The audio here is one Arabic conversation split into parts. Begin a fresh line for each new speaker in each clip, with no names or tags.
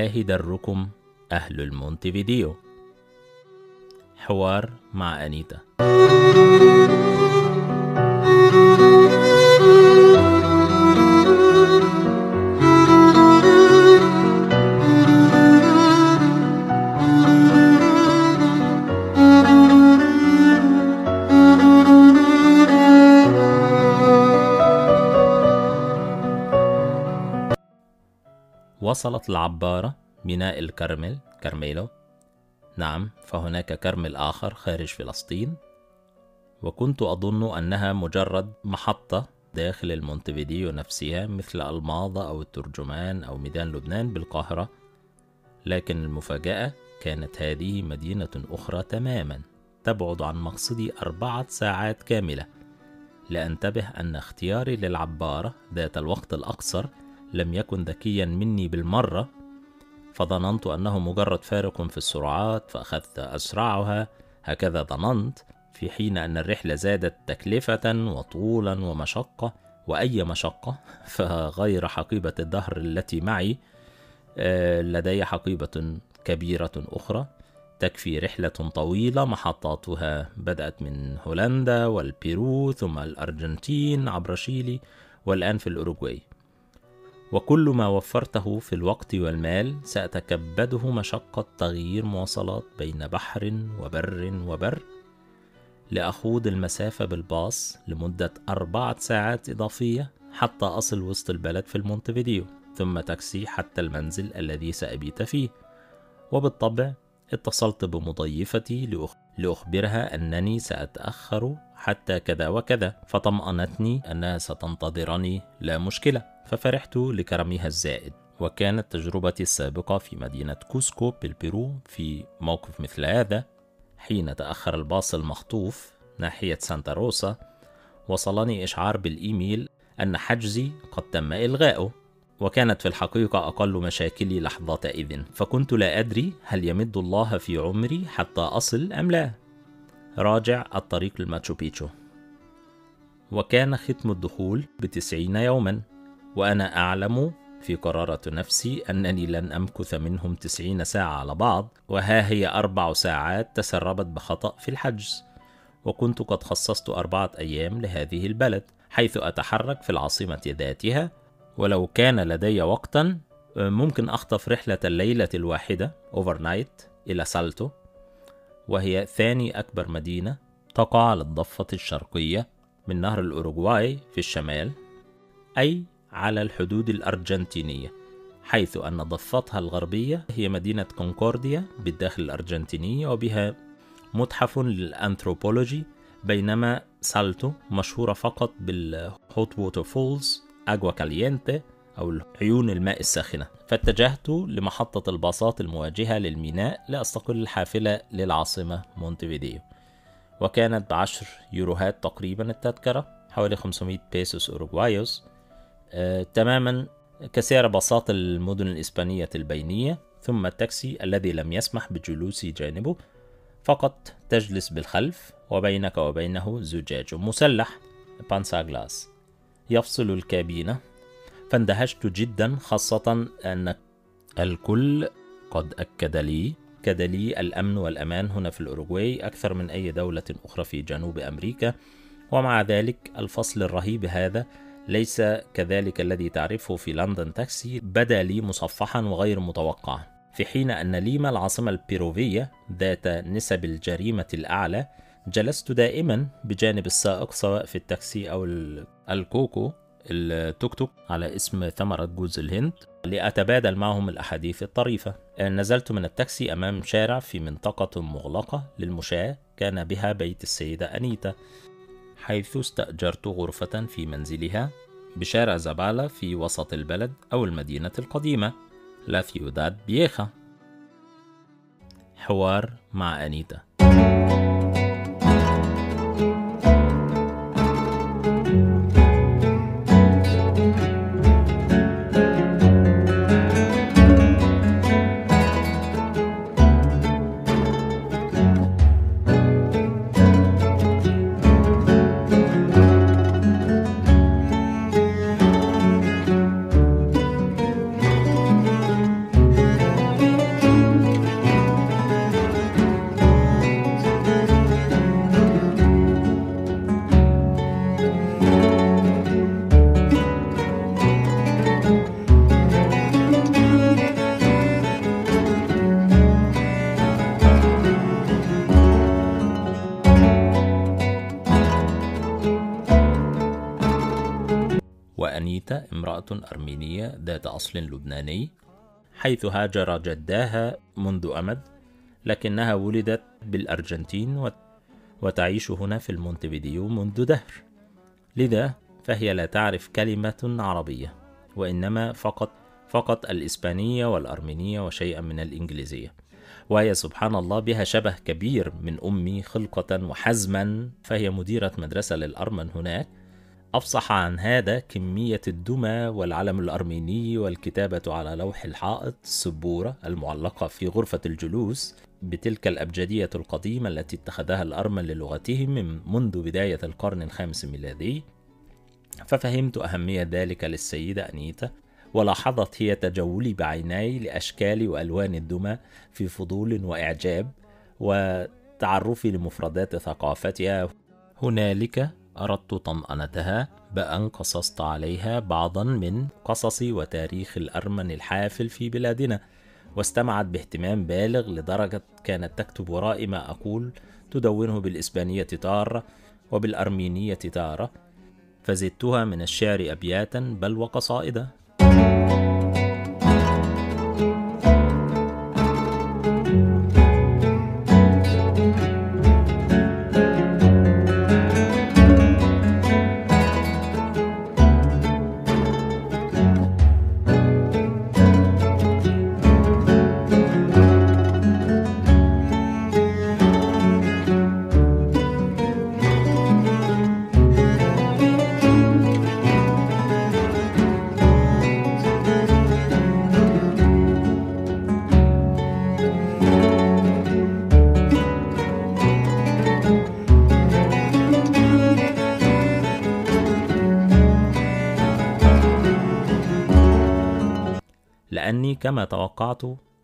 بالله دركم أهل المونتفيديو. حوار مع أنيتا. وصلت العبارة ميناء الكرمل كرميلو، نعم فهناك كرمل آخر خارج فلسطين، وكنت أظن أنها مجرد محطة داخل المونتفيديو نفسها مثل الماظة أو الترجمان أو ميدان لبنان بالقاهرة، لكن المفاجأة كانت هذه مدينة أخرى تماما تبعد عن مقصدي 4 ساعات كاملة. لأنتبه أن اختياري للعبارة ذات الوقت الأقصر لم يكن ذكيا مني بالمرة، فظننت أنه مجرد فارق في السرعات فأخذت أسرعها، هكذا ظننت، في حين أن الرحلة زادت تكلفة وطولا ومشقة، وأي مشقة فغير حقيبة الظهر التي معي. لدي حقيبة كبيرة أخرى تكفي رحلة طويلة محطاتها بدأت من هولندا والبيرو ثم الأرجنتين عبر شيلي والآن في الأوروغواي، وكل ما وفرته في الوقت والمال سأتكبده مشقة تغيير مواصلات بين بحر وبر لأخوض المسافة بالباص لمدة 4 ساعات إضافية حتى أصل وسط البلد في المونتفيديو، ثم تاكسي حتى المنزل الذي سأبيت فيه. وبالطبع اتصلت بمضيفتي لأخبرها أنني سأتأخر حتى كذا وكذا، فطمأنتني أنها ستنتظرني لا مشكلة، ففرحت لكرمها الزائد. وكانت تجربتي السابقة في مدينة كوسكو بالبيرو في موقف مثل هذا، حين تأخر الباص المخطوف ناحية سانتا روسا وصلني إشعار بالإيميل أن حجزي قد تم إلغاؤه، وكانت في الحقيقة أقل مشاكلي لحظة إذن، فكنت لا أدري هل يمد الله في عمري حتى أصل أم لا. راجع الطريق لماتشو بيتشو، وكان ختم الدخول ب90 يوما، وأنا أعلم في قرارة نفسي أنني لن أمكث منهم 90 ساعة على بعض، وها هي 4 ساعات تسربت بخطأ في الحجز، وكنت قد خصصت 4 أيام لهذه البلد حيث أتحرك في العاصمة ذاتها، ولو كان لدي وقتا ممكن أخطف رحلة الليلة الواحدة overnight إلى سالتو، وهي ثاني أكبر مدينة تقع على الضفة الشرقية من نهر الأوروغواي في الشمال، أي على الحدود الأرجنتينية، حيث أن ضفتها الغربية هي مدينة كونكورديا بالداخل الأرجنتيني وبها متحف للأنثروبولوجي، بينما سالتو مشهورة فقط بالهوت ووتر فولز أجوا كالينتي أو عيون الماء الساخنة. فاتجهت لمحطة الباصات المواجهة للميناء لأستقل الحافلة للعاصمة مونتفيديو، وكانت ب10 يوروهات تقريبا التذكرة، حوالي 500 بيسوس أوروغوايوس، تماما كسعر باصات المدن الإسبانية البينية، ثم التاكسي الذي لم يسمح بجلوسي جانبه، فقط تجلس بالخلف وبينك وبينه زجاج مسلح بانسا غلاس يفصل الكابينة. فاندهشت جدا، خاصة أن الكل قد أكد لي الأمن والأمان هنا في الأوروغواي أكثر من أي دولة أخرى في جنوب أمريكا، ومع ذلك الفصل الرهيب هذا ليس كذلك الذي تعرفه في لندن تاكسي، بدا لي مصفحا وغير متوقع، في حين أن ليما العاصمة البيروفية ذات نسب الجريمة الأعلى جلست دائما بجانب السائق سواء في التاكسي أو الكوكو التوك توك على اسم ثمرة جوز الهند لأتبادل معهم الأحاديث الطريفة. نزلت من التاكسي أمام شارع في منطقة مغلقة للمشاة كان بها بيت السيدة أنيتا، حيث استأجرت غرفة في منزلها بشارع زبالة في وسط البلد أو المدينة القديمة لا سيوداد فييخا. حوار مع أنيتا. وأنيتا امرأة أرمينية ذات أصل لبناني، حيث هاجر جداها منذ أمد، لكنها ولدت بالأرجنتين وتعيش هنا في المونتفيديو منذ دهر، لذا فهي لا تعرف كلمة عربية، وإنما فقط الإسبانية والأرمينية وشيئا من الإنجليزية. وهي سبحان الله بها شبه كبير من أمي خلقة وحزما، فهي مديرة مدرسة للأرمن هناك. أفصح عن هذا كمية الدمى والعلم الأرميني والكتابة على لوح الحائط، السبورة المعلقة في غرفة الجلوس بتلك الأبجدية القديمة التي اتخذها الأرمن للغتهم منذ بداية القرن الخامس الميلادي. ففهمت أهمية ذلك للسيدة أنيتا، ولاحظت هي تجولي بعيني لأشكال وألوان الدمى في فضول وإعجاب وتعرفي لمفردات ثقافتها. هنالك أردت طمأنتها بأن قصصت عليها بعضا من قصص وتاريخ الأرمن الحافل في بلادنا، واستمعت باهتمام بالغ لدرجة كانت تكتب ورائي ما أقول، تدونه بالإسبانية تارة وبالأرمينية تارة، فزدتها من الشعر أبياتا بل وقصائدا. لأني كما توقعت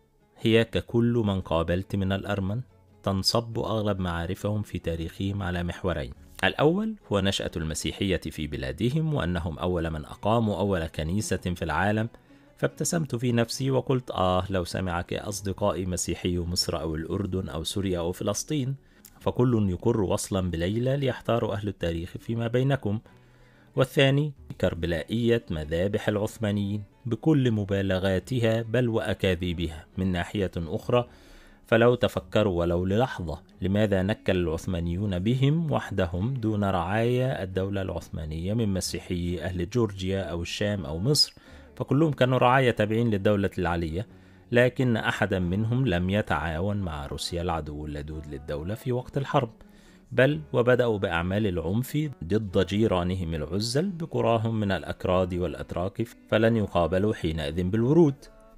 هي ككل من قابلت من الأرمن تنصب أغلب معارفهم في تاريخهم على محورين: الأول هو نشأة المسيحية في بلادهم، وأنهم أول من أقاموا أول كنيسة في العالم. فابتسمت في نفسي وقلت لو سمعك أصدقائي مسيحي مصر أو الأردن أو سوريا أو فلسطين، فكل يقر وصلا بليلى ليحتار أهل التاريخ فيما بينكم. والثاني كربلائية مذابح العثمانيين بكل مبالغاتها بل وأكاذيبها. من ناحية أخرى، فلو تفكروا ولو للحظة لماذا نكل العثمانيون بهم وحدهم دون رعايا الدولة العثمانية من مسيحي أهل جورجيا أو الشام أو مصر، فكلهم كانوا رعايا تابعين للدولة العلية، لكن أحدا منهم لم يتعاون مع روسيا العدو اللدود للدولة في وقت الحرب، بل وبدأوا بأعمال العنف ضد جيرانهم العزل بقراهم من الأكراد والأتراك، فلن يقابلوا حينئذ بالورود.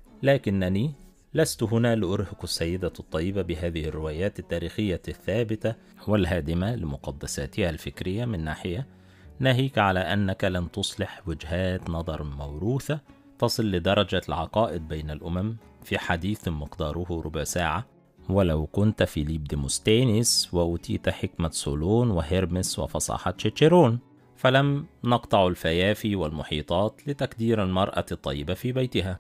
لكنني لست هنا لأرهق السيدة الطيبة بهذه الروايات التاريخية الثابتة والهادمة لمقدساتها الفكرية من ناحية، ناهيك على أنك لن تصلح وجهات نظر موروثة تصل لدرجة العقائد بين الأمم في حديث مقداره ربع ساعة. ولو كنت فيليب ديموستينيس وأوتيت حكمة سولون وهيرمس وفصاحة شيتشيرون، فلم نقطع الفيافي والمحيطات لتكدير المرأة الطيبة في بيتها.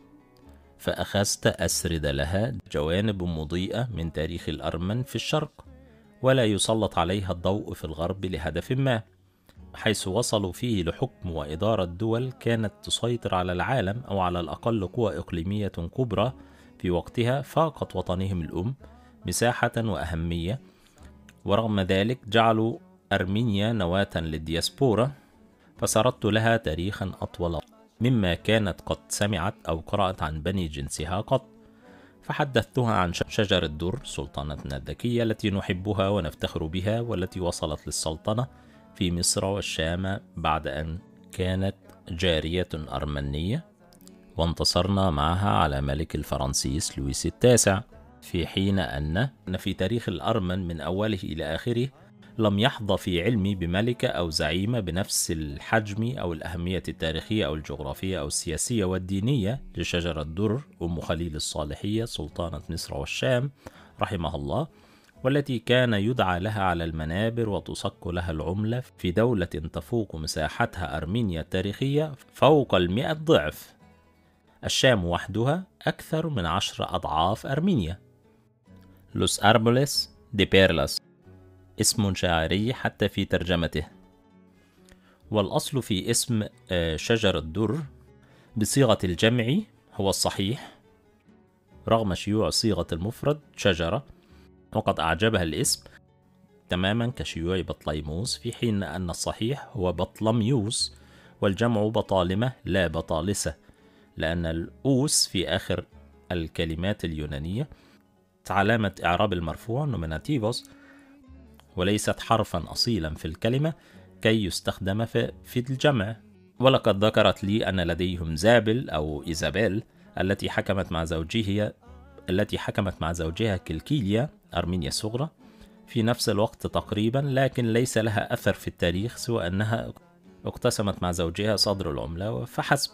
فأخذت أسرد لها جوانب مضيئة من تاريخ الأرمن في الشرق، ولا يسلط عليها الضوء في الغرب لهدف ما، حيث وصلوا فيه لحكم وإدارة دول كانت تسيطر على العالم، أو على الأقل قوى إقليمية كبرى في وقتها فاقت وطنهم الأم مساحة وأهمية. ورغم ذلك جعلوا أرمينيا نواة للدياسبورا، فسردت لها تاريخا أطول مما كانت قد سمعت أو قرأت عن بني جنسها قط. فحدثتها عن شجر الدر، سلطانتنا الذكية التي نحبها ونفتخر بها، والتي وصلت للسلطنة في مصر والشام بعد أن كانت جارية أرمنية، وانتصرنا معها على ملك الفرنسيس لويس التاسع، في حين أن في تاريخ الأرمن من أوله إلى آخره لم يحظى في علمي بملكة أو زعيمة بنفس الحجم أو الأهمية التاريخية أو الجغرافية أو السياسية والدينية لشجرة الدر أم خليل الصالحية سلطانة مصر والشام رحمها الله، والتي كان يدعى لها على المنابر وتصك لها العملة في دولة تفوق مساحتها أرمينيا التاريخية فوق 100 ضعف. الشام وحدها أكثر من 10 أضعاف أرمينيا. لوس أربوليس دي بيرلاس، اسم شاعري حتى في ترجمته. والأصل في اسم شجر الدر بصيغة الجمع هو الصحيح رغم شيوع صيغة المفرد شجرة، وقد أعجبها الاسم تماما كشيوع بطليموس، في حين أن الصحيح هو بطلميوس، والجمع بطالمة لا بطالسة، لأن الأوس في آخر الكلمات اليونانية علامة إعراب المرفوع نوميناتيفوس، وليست حرفا أصيلا في الكلمة كي يستخدم في الجمع. ولقد ذكرت لي أن لديهم زابل أو إيزابيل التي حكمت مع زوجها كلكيليا أرمينيا الصغرى في نفس الوقت تقريبا، لكن ليس لها أثر في التاريخ سوى أنها اقتسمت مع زوجها صدر العملة فحسب.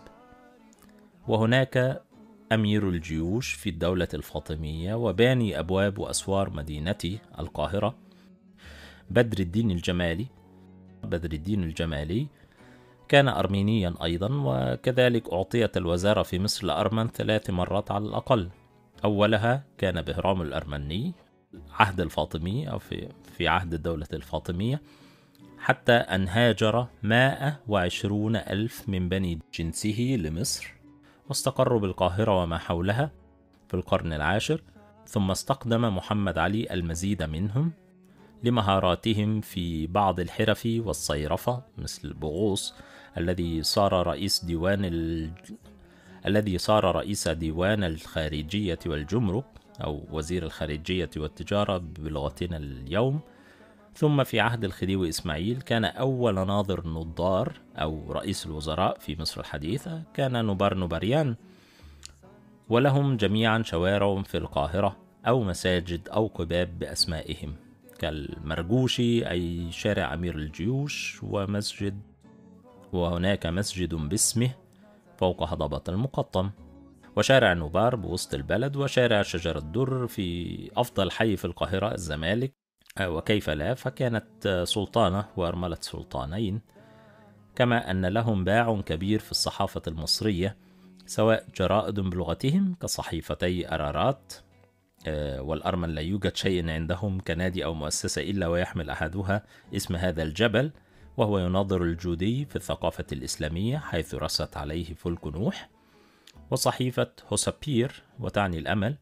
وهناك أمير الجيوش في الدولة الفاطمية وباني أبواب وأسوار مدينتي القاهرة بدر الدين الجمالي كان أرمينيا أيضا، وكذلك أعطيت الوزارة في مصر لأرمن 3 مرات على الأقل. أولها كان بهرام الأرمني عهد الفاطمي أو في عهد الدولة الفاطمية، حتى أن هاجر 120,000 من بني جنسه لمصر واستقروا بالقاهرة وما حولها في القرن العاشر، ثم استقدم محمد علي المزيد منهم لمهاراتهم في بعض الحرف والصيرفة، مثل بغوص الذي صار رئيس ديوان الخارجية والجمرك أو وزير الخارجية والتجارة بلغتنا اليوم. ثم في عهد الخديوي إسماعيل كان أول ناظر نضار أو رئيس الوزراء في مصر الحديثة كان نبريان، ولهم جميعا شوارع في القاهرة أو مساجد أو قباب بأسمائهم كالمرجوشي أي شارع أمير الجيوش، وهناك مسجد باسمه فوق هضبة المقطم، وشارع نوبار بوسط البلد، وشارع شجر الدر في أفضل حي في القاهرة الزمالك، وكيف لا، فكانت سلطانة وأرملة سلطانين. كما أن لهم باع كبير في الصحافة المصرية، سواء جرائد بلغتهم كصحيفتي أرارات، والأرمن لا يوجد شيء عندهم كنادي أو مؤسسة إلا ويحمل أحدها اسم هذا الجبل، وهو يناظر الجودي في الثقافة الإسلامية حيث رست عليه فلك نوح، وصحيفة هوسابير وتعني الأمل،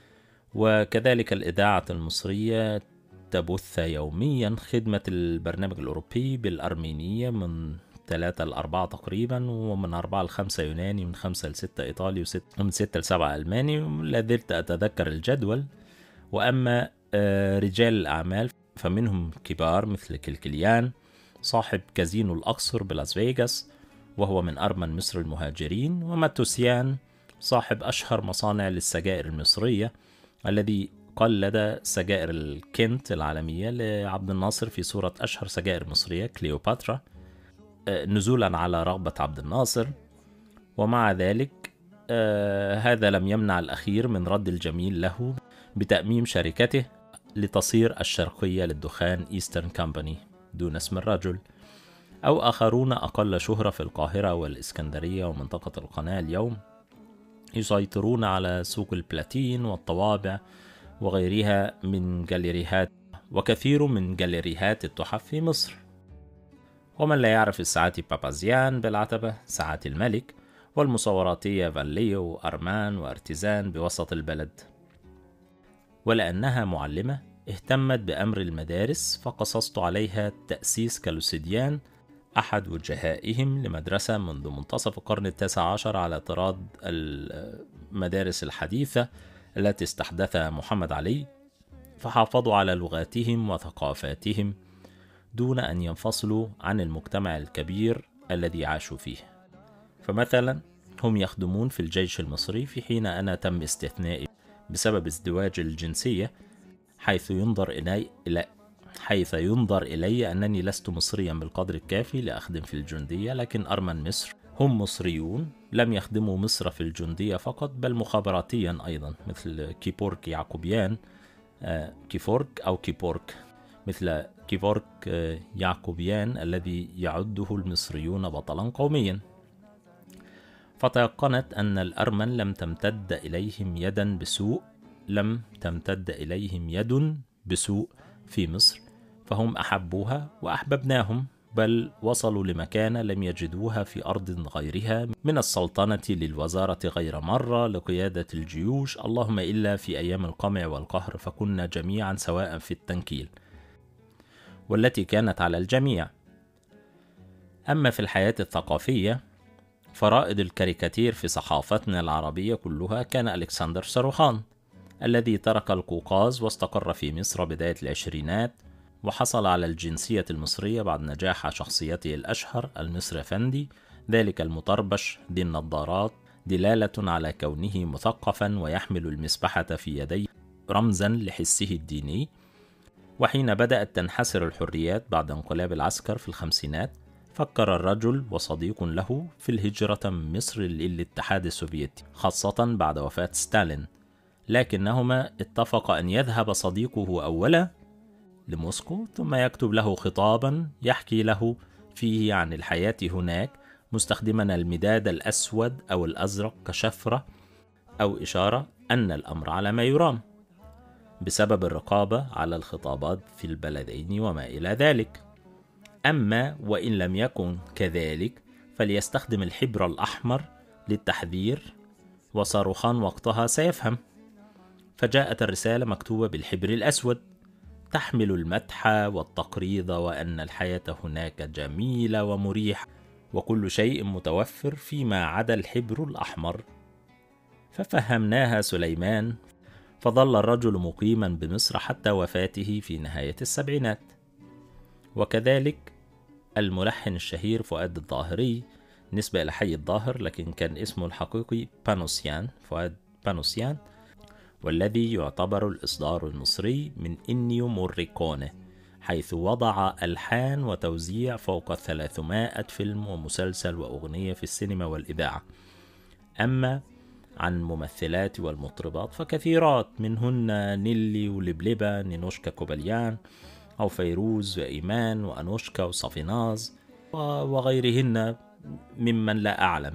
وكذلك الإذاعة المصرية تبث يوميا خدمة البرنامج الأوروبي بالأرمينية من 3 ل 4 تقريبا، ومن 4 ل 5 يوناني، من 5 ل 6 إيطالي، ومن 6 ل 7 ألماني، لا زلت أتذكر الجدول. وأما رجال الأعمال فمنهم كبار مثل كلكليان صاحب كازينو الأقصر بلاس فيغاس وهو من أرمن مصر المهاجرين، وماتوسيان صاحب أشهر مصانع للسجائر المصرية الذي قلد سجائر الكنت العالمية لعبد الناصر في صورة أشهر سجائر مصرية كليوباترا نزولا على رغبة عبد الناصر. ومع ذلك هذا لم يمنع الأخير من رد الجميل له بتأميم شركته لتصير الشرقية للدخان إيسترن كامباني دون اسم الرجل. أو آخرون أقل شهرة في القاهرة والإسكندرية ومنطقة القناة اليوم يسيطرون على سوق البلاتين والطوابع وغيرها من جاليريهات، وكثير من جاليريهات التحف في مصر. ومن لا يعرف الساعات بابازيان بالعتبة، ساعات الملك، والمصوراتية فاليو وأرمان وارتزان بوسط البلد. ولأنها معلمة اهتمت بأمر المدارس، فقصصت عليها تأسيس كالوسيديان أحد وجهائهم لمدرسة منذ منتصف القرن 19 على طراز المدارس الحديثة التي استحدثها محمد علي، فحافظوا على لغاتهم وثقافاتهم دون أن ينفصلوا عن المجتمع الكبير الذي عاشوا فيه. فمثلا هم يخدمون في الجيش المصري، في حين أنا تم استثنائي بسبب ازدواج الجنسية، حيث ينظر إلي أنني لست مصريا بالقدر الكافي لأخدم في الجندية. لكن أرمن مصر هم مصريون لم يخدموا مصر في الجندية فقط، بل مخابراتيا أيضا، مثل كيبورك يعقوبيان مثل كيبورك يعقوبيان الذي يعده المصريون بطلا قوميا. فتيقنت أن الأرمن لم تمتد إليهم يد بسوء في مصر، فهم أحبوها وأحببناهم، بل وصلوا لمكانة لم يجدوها في أرض غيرها، من السلطنة للوزارة غير مرة لقيادة الجيوش، اللهم إلا في أيام القمع والقهر، فكنا جميعا سواء في التنكيل، والتي كانت على الجميع. أما في الحياة الثقافية فرائد الكاريكاتير في صحافتنا العربية كلها كان ألكسندر صاروخان، الذي ترك القوقاز واستقر في مصر بداية العشرينات، وحصل على الجنسية المصرية بعد نجاح شخصيته الأشهر المصري أفندي، ذلك المطربش ذي النظارات، دلالة على كونه مثقفا ويحمل المسبحة في يديه رمزا لحسه الديني. وحين بدأت تنحسر الحريات بعد انقلاب العسكر في الخمسينات، فكر الرجل وصديق له في الهجرة من مصر للاتحاد السوفيتي، خاصة بعد وفاة ستالين، لكنهما اتفقا أن يذهب صديقه أولا لموسكو ثم يكتب له خطابا يحكي له فيه عن الحياة هناك، مستخدما المداد الأسود أو الأزرق كشفرة أو إشارة أن الأمر على ما يرام بسبب الرقابة على الخطابات في البلدين وما إلى ذلك. أما وإن لم يكن كذلك فليستخدم الحبر الأحمر للتحذير، وصاروخان وقتها سيفهم. فجاءت الرسالة مكتوبة بالحبر الأسود تحمل المدح والتقريض وأن الحياة هناك جميلة ومريحة وكل شيء متوفر فيما عدا الحبر الأحمر. ففهمناها سليمان، فظل الرجل مقيما بمصر حتى وفاته في نهاية السبعينات. وكذلك الملحن الشهير فؤاد الظاهري، نسبة إلى حي الظاهر لكن كان اسمه الحقيقي بانوسيان، فؤاد بانوسيان، والذي يعتبر الإصدار المصري من إنيو موريكونه، حيث وضع ألحان وتوزيع فوق 300 فيلم ومسلسل وأغنية في السينما والإذاعة. أما عن ممثلات والمطربات فكثيرات، منهن نيلي ولبلبة، نينوشكا كوبليان، أو فيروز وإيمان وأنوشكا وصافيناز وغيرهن ممن لا أعلم.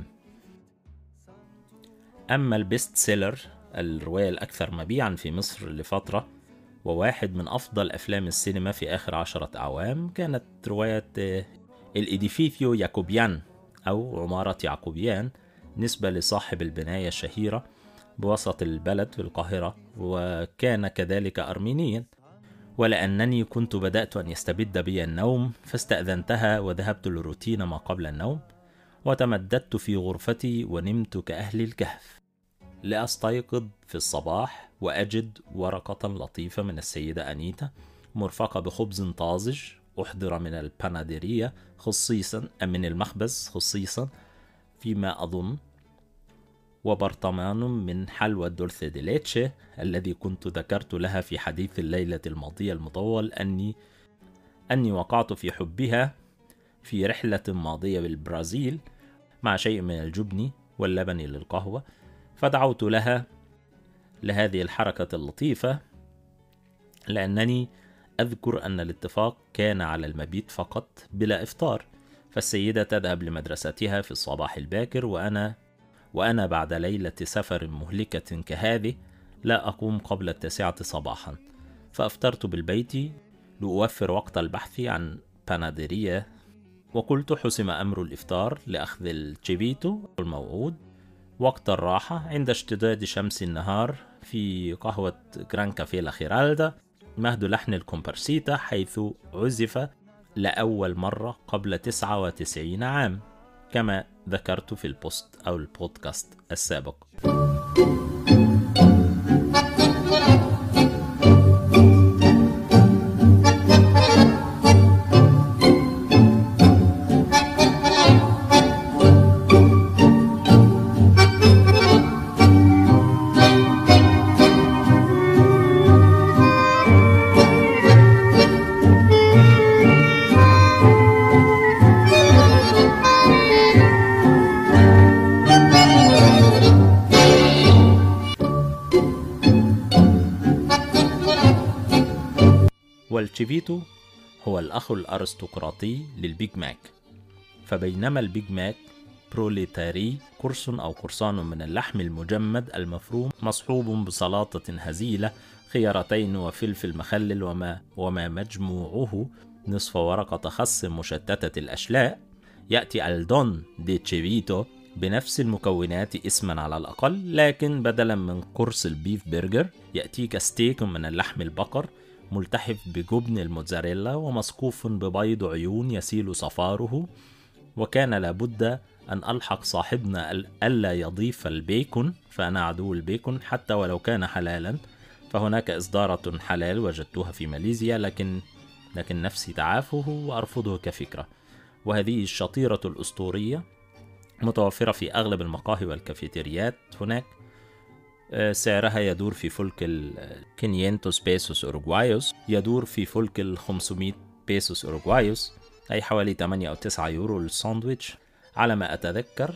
أما البيست سيلر، الرواية الأكثر مبيعا في مصر لفترة وواحد من أفضل أفلام السينما في آخر 10 أعوام، كانت رواية الإديفيثيو يعقوبيان أو عمارة يعقوبيان، نسبة لصاحب البناية الشهيرة بوسط البلد في القاهرة، وكان كذلك أرمينيا. ولأنني كنت بدأت أن يستبد بي النوم فاستأذنتها وذهبت لروتين ما قبل النوم، وتمددت في غرفتي ونمت كأهل الكهف، لأستيقظ في الصباح وأجد ورقة لطيفة من السيدة أنيتا مرفقة بخبز طازج أحضر من الباناديريا خصيصا، من المخبز خصيصا فيما أظن، وبرطمان من حلوى الدولسي دي ليتشي الذي كنت ذكرت لها في حديث الليلة الماضية المطول أني وقعت في حبها في رحلة ماضية بالبرازيل، مع شيء من الجبن واللبن للقهوة. فدعوت لها لهذه الحركة اللطيفة، لأنني أذكر أن الاتفاق كان على المبيت فقط بلا إفطار، فالسيدة تذهب لمدرستها في الصباح الباكر، وأنا بعد ليلة سفر مهلكة كهذه لا أقوم قبل 9 صباحا، فأفطرت بالبيت لأوفر وقت البحث عن باناديريا. وقلت حسم أمر الإفطار لأخذ التشيبيتو الموعود وقت الراحة عند اشتداد شمس النهار في قهوة جران كافيه لا خيرالدا، مهد لحن الكومبارسيتا، حيث عزف لأول مرة قبل 99 عام كما ذكرت في البوست أو البودكاست السابق. والتشيفيتو هو الأخ الأرستقراطي للبيج ماك، فبينما البيج ماك بروليتاري قرص أو قرصان من اللحم المجمد المفروم مصحوب بسلطة هزيلة، خيارتين وفلفل مخلل وما مجموعه نصف ورقة خس مشتتة الأشلاء، يأتي الدون دي تشيفيتو بنفس المكونات اسما على الأقل، لكن بدلا من قرص البيف برجر يأتيك ستيك من اللحم البقر ملتحف بجبن الموتزاريلا ومسقوف ببيض عيون يسيل صفاره. وكان لابد أن ألحق صاحبنا ألا يضيف البيكون، فأنا عدو البيكون حتى ولو كان حلالا. فهناك إصدارة حلال وجدتها في ماليزيا، لكن نفسي تعافه وأرفضه كفكرة. وهذه الشطيرة الأسطورية متوفرة في أغلب المقاهي والكافيتريات هناك. سعرها يدور في فلك 500 بيسوس أوروغوايوس، يدور في فلك 500 بيسوس أوروغوايوس، أي حوالي 8 أو 9 يورو للساندويتش على ما أتذكر.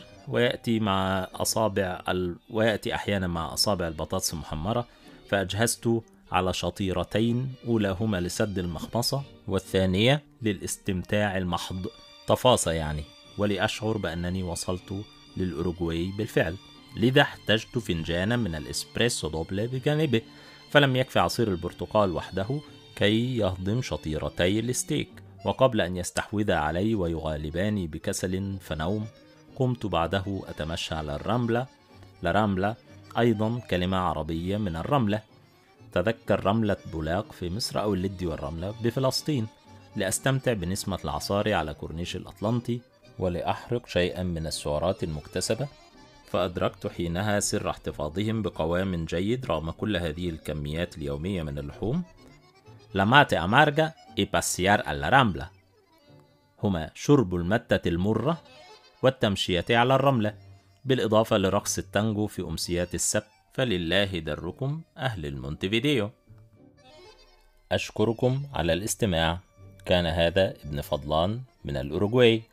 ويأتي أحيانا مع أصابع البطاطس المحمرة. فأجهزت على شطيرتين، أولاهما لسد المخمصة والثانية للاستمتاع المحض، تفاصيل يعني، ولأشعر بأنني وصلت للأوروغواي بالفعل. لذا احتجت فنجانا من الإسبريسو دوبل بجانبه، فلم يكفي عصير البرتقال وحده كي يهضم شطيرتي الستيك. وقبل أن يستحوذا علي ويغالباني بكسل فنوم، قمت بعده أتمشى على الرملة. لرملة أيضا كلمة عربية من الرملة، تذكر رملة بولاق في مصر أو اللدي والرملة بفلسطين، لأستمتع بنسمة العصاري على كورنيش الأطلنطي ولأحرق شيئا من السعرات المكتسبة. فأدركت حينها سر احتفاظهم بقوام جيد رغم كل هذه الكميات اليومية من اللحوم. La mate amarga y pasear a la rambla هما شرب المتة المرة والتمشية على الرملة، بالإضافة لرقص التانجو في أمسيات السبت. فلله دركم أهل المونتفيديو. أشكركم على الاستماع. كان هذا ابن فضلان من الأوروغواي.